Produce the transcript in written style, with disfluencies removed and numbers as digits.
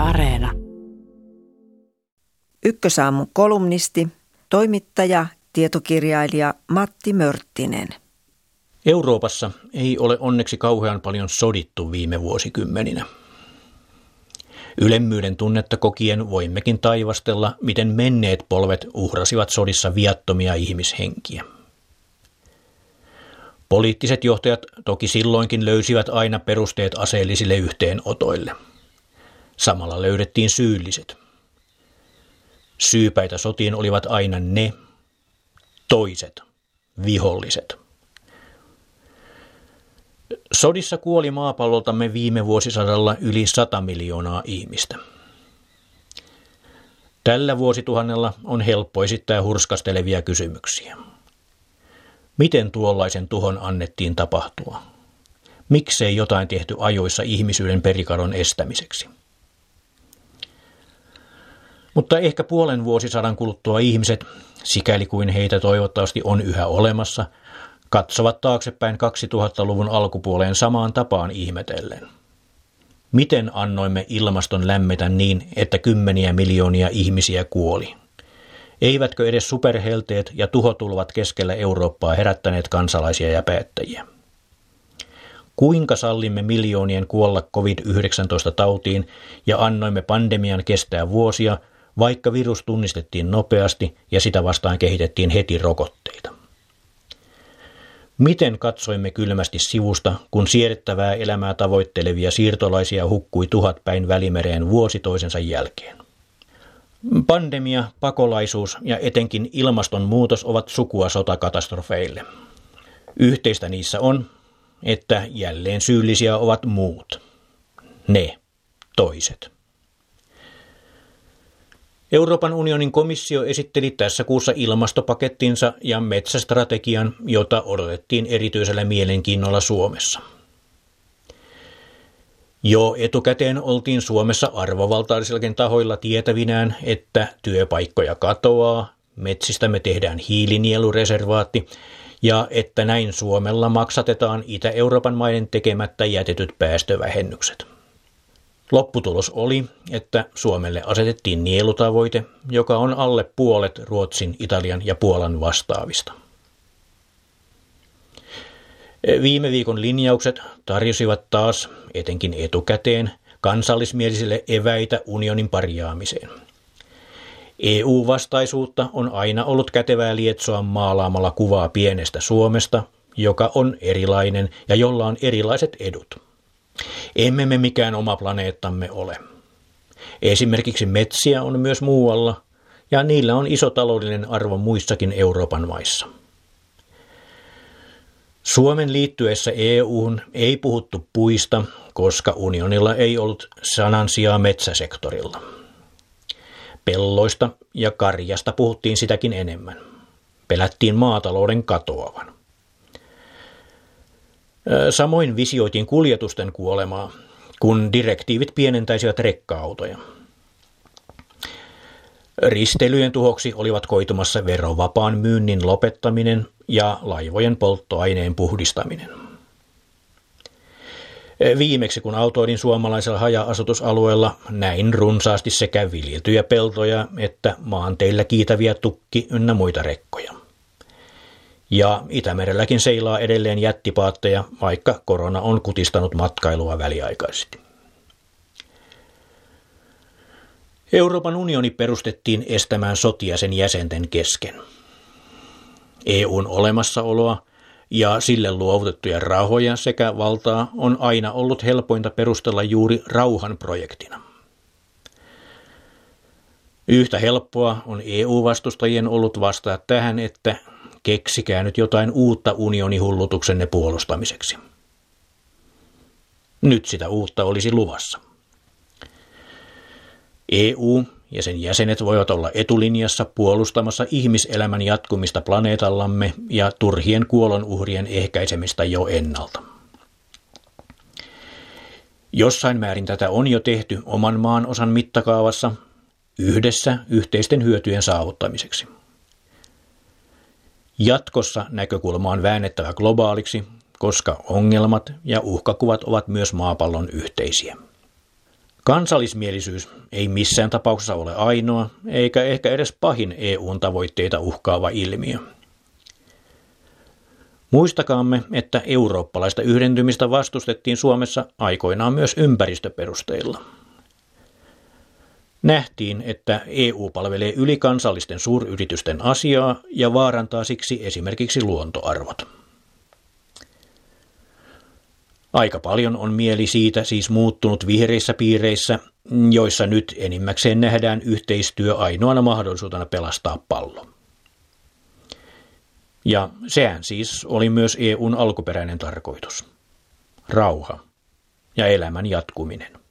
Areena. Ykkösaamun kolumnisti, toimittaja, tietokirjailija Matti Mörttinen. Euroopassa ei ole onneksi kauhean paljon sodittu viime vuosikymmeninä. Ylemmyyden tunnetta kokien voimmekin taivastella, miten menneet polvet uhrasivat sodissa viattomia ihmishenkiä. Poliittiset johtajat toki silloinkin löysivät aina perusteet aseellisille yhteenotoille. Samalla löydettiin syylliset. Syypäitä sotiin olivat aina ne, toiset, viholliset. Sodissa kuoli maapalloltamme viime vuosisadalla yli 100 miljoonaa ihmistä. Tällä vuosituhannella on helppo esittää hurskastelevia kysymyksiä. Miten tuollaisen tuhon annettiin tapahtua? Miksei jotain tehty ajoissa ihmisyyden perikadon estämiseksi? Mutta ehkä puolen vuosisadan kuluttua ihmiset, sikäli kuin heitä toivottavasti on yhä olemassa, katsovat taaksepäin 2000-luvun alkupuoleen samaan tapaan ihmetellen. Miten annoimme ilmaston lämmetä niin, että kymmeniä miljoonia ihmisiä kuoli? Eivätkö edes superhelteet ja tuhotulvat keskellä Eurooppaa herättäneet kansalaisia ja päättäjiä? Kuinka sallimme miljoonien kuolla COVID-19-tautiin ja annoimme pandemian kestää vuosia, vaikka virus tunnistettiin nopeasti ja sitä vastaan kehitettiin heti rokotteita? Miten katsoimme kylmästi sivusta, kun siedettävää elämää tavoittelevia siirtolaisia hukkui tuhatpäin Välimereen vuosi toisensa jälkeen? Pandemia, pakolaisuus ja etenkin ilmastonmuutos ovat sukua sotakatastrofeille. Yhteistä niissä on, että jälleen syyllisiä ovat muut. Ne, toiset. Euroopan unionin komissio esitteli tässä kuussa ilmastopakettinsa ja metsästrategian, jota odotettiin erityisellä mielenkiinnolla Suomessa. Jo etukäteen oltiin Suomessa arvovaltaisillakin tahoilla tietävinään, että työpaikkoja katoaa, metsistämme tehdään hiilinielureservaatti ja että näin Suomella maksatetaan Itä-Euroopan maiden tekemättä jätetyt päästövähennykset. Lopputulos oli, että Suomelle asetettiin nielutavoite, joka on alle puolet Ruotsin, Italian ja Puolan vastaavista. Viime viikon linjaukset tarjosivat taas, etenkin etukäteen, kansallismielisille eväitä unionin parjaamiseen. EU-vastaisuutta on aina ollut kätevää lietsoa maalaamalla kuvaa pienestä Suomesta, joka on erilainen ja jolla on erilaiset edut. Emme me mikään oma planeettamme ole. Esimerkiksi metsiä on myös muualla, ja niillä on iso taloudellinen arvo muissakin Euroopan maissa. Suomen liittyessä EU:hun ei puhuttu puista, koska unionilla ei ollut sanansijaa metsäsektorilla. Pelloista ja karjasta puhuttiin sitäkin enemmän. Pelättiin maatalouden katoavan. Samoin visioitiin kuljetusten kuolemaa, kun direktiivit pienentäisivät rekka-autoja. Risteilyjen tuhoksi olivat koitumassa verovapaan myynnin lopettaminen ja laivojen polttoaineen puhdistaminen. Viimeksi kun autoilin suomalaisella haja-asutusalueella näin runsaasti sekä viljeltyjä peltoja että maanteillä kiitäviä tukki ynnä muita rekkoja. Ja Itämerelläkin seilaa edelleen jättipaatteja, vaikka korona on kutistanut matkailua väliaikaisesti. Euroopan unioni perustettiin estämään sotia sen jäsenten kesken. EUn olemassaoloa ja sille luovutettuja rahoja sekä valtaa on aina ollut helpointa perustella juuri rauhanprojektina. Yhtä helppoa on EU-vastustajien ollut vastata tähän, että keksikää nyt jotain uutta unionihullutuksenne puolustamiseksi. Nyt sitä uutta olisi luvassa. EU ja sen jäsenet voivat olla etulinjassa puolustamassa ihmiselämän jatkumista planeetallamme ja turhien kuolonuhrien ehkäisemistä jo ennalta. Jossain määrin tätä on jo tehty oman maan osan mittakaavassa yhdessä yhteisten hyötyjen saavuttamiseksi. Jatkossa näkökulma on väännettävä globaaliksi, koska ongelmat ja uhkakuvat ovat myös maapallon yhteisiä. Kansallismielisyys ei missään tapauksessa ole ainoa, eikä ehkä edes pahin EU:n tavoitteita uhkaava ilmiö. Muistakaamme, että eurooppalaista yhdentymistä vastustettiin Suomessa aikoinaan myös ympäristöperusteilla. Nähtiin, että EU palvelee ylikansallisten suuryritysten asiaa ja vaarantaa siksi esimerkiksi luontoarvot. Aika paljon on mieli siitä siis muuttunut vihreissä piireissä, joissa nyt enimmäkseen nähdään yhteistyö ainoana mahdollisuutena pelastaa pallo. Ja sehän siis oli myös EU:n alkuperäinen tarkoitus. Rauha ja elämän jatkuminen.